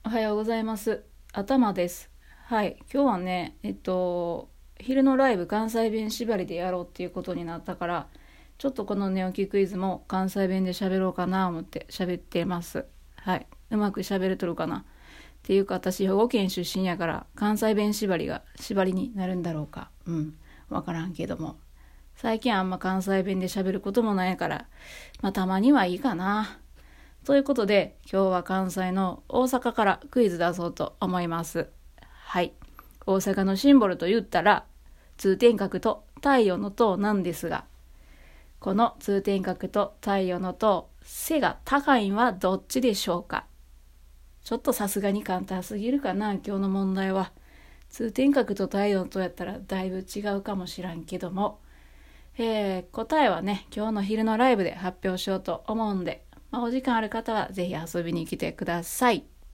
おはようございます。頭です。はい、今日はね、昼のライブ関西弁縛りでやろうっていうことになったから、ちょっとこの寝起きクイズも関西弁で喋ろうかな思って喋ってます。はい、うまく喋れとるかな。っていうか私兵庫県出身やから関西弁縛りが縛りになるんだろうか。わからんけども。最近あんま関西弁で喋ることもないから、たまにはいいかな。ということで、今日は関西の大阪からクイズ出そうと思います。はい。大阪のシンボルと言ったら、通天閣と太陽の塔なんですが、この通天閣と太陽の塔、背が高いんはどっちでしょうか？ちょっとさすがに簡単すぎるかな、今日の問題は。通天閣と太陽の塔やったらだいぶ違うかもしらんけども、答えはね、今日の昼のライブで発表しようと思うんで、お時間ある方はぜひ遊びに来てください。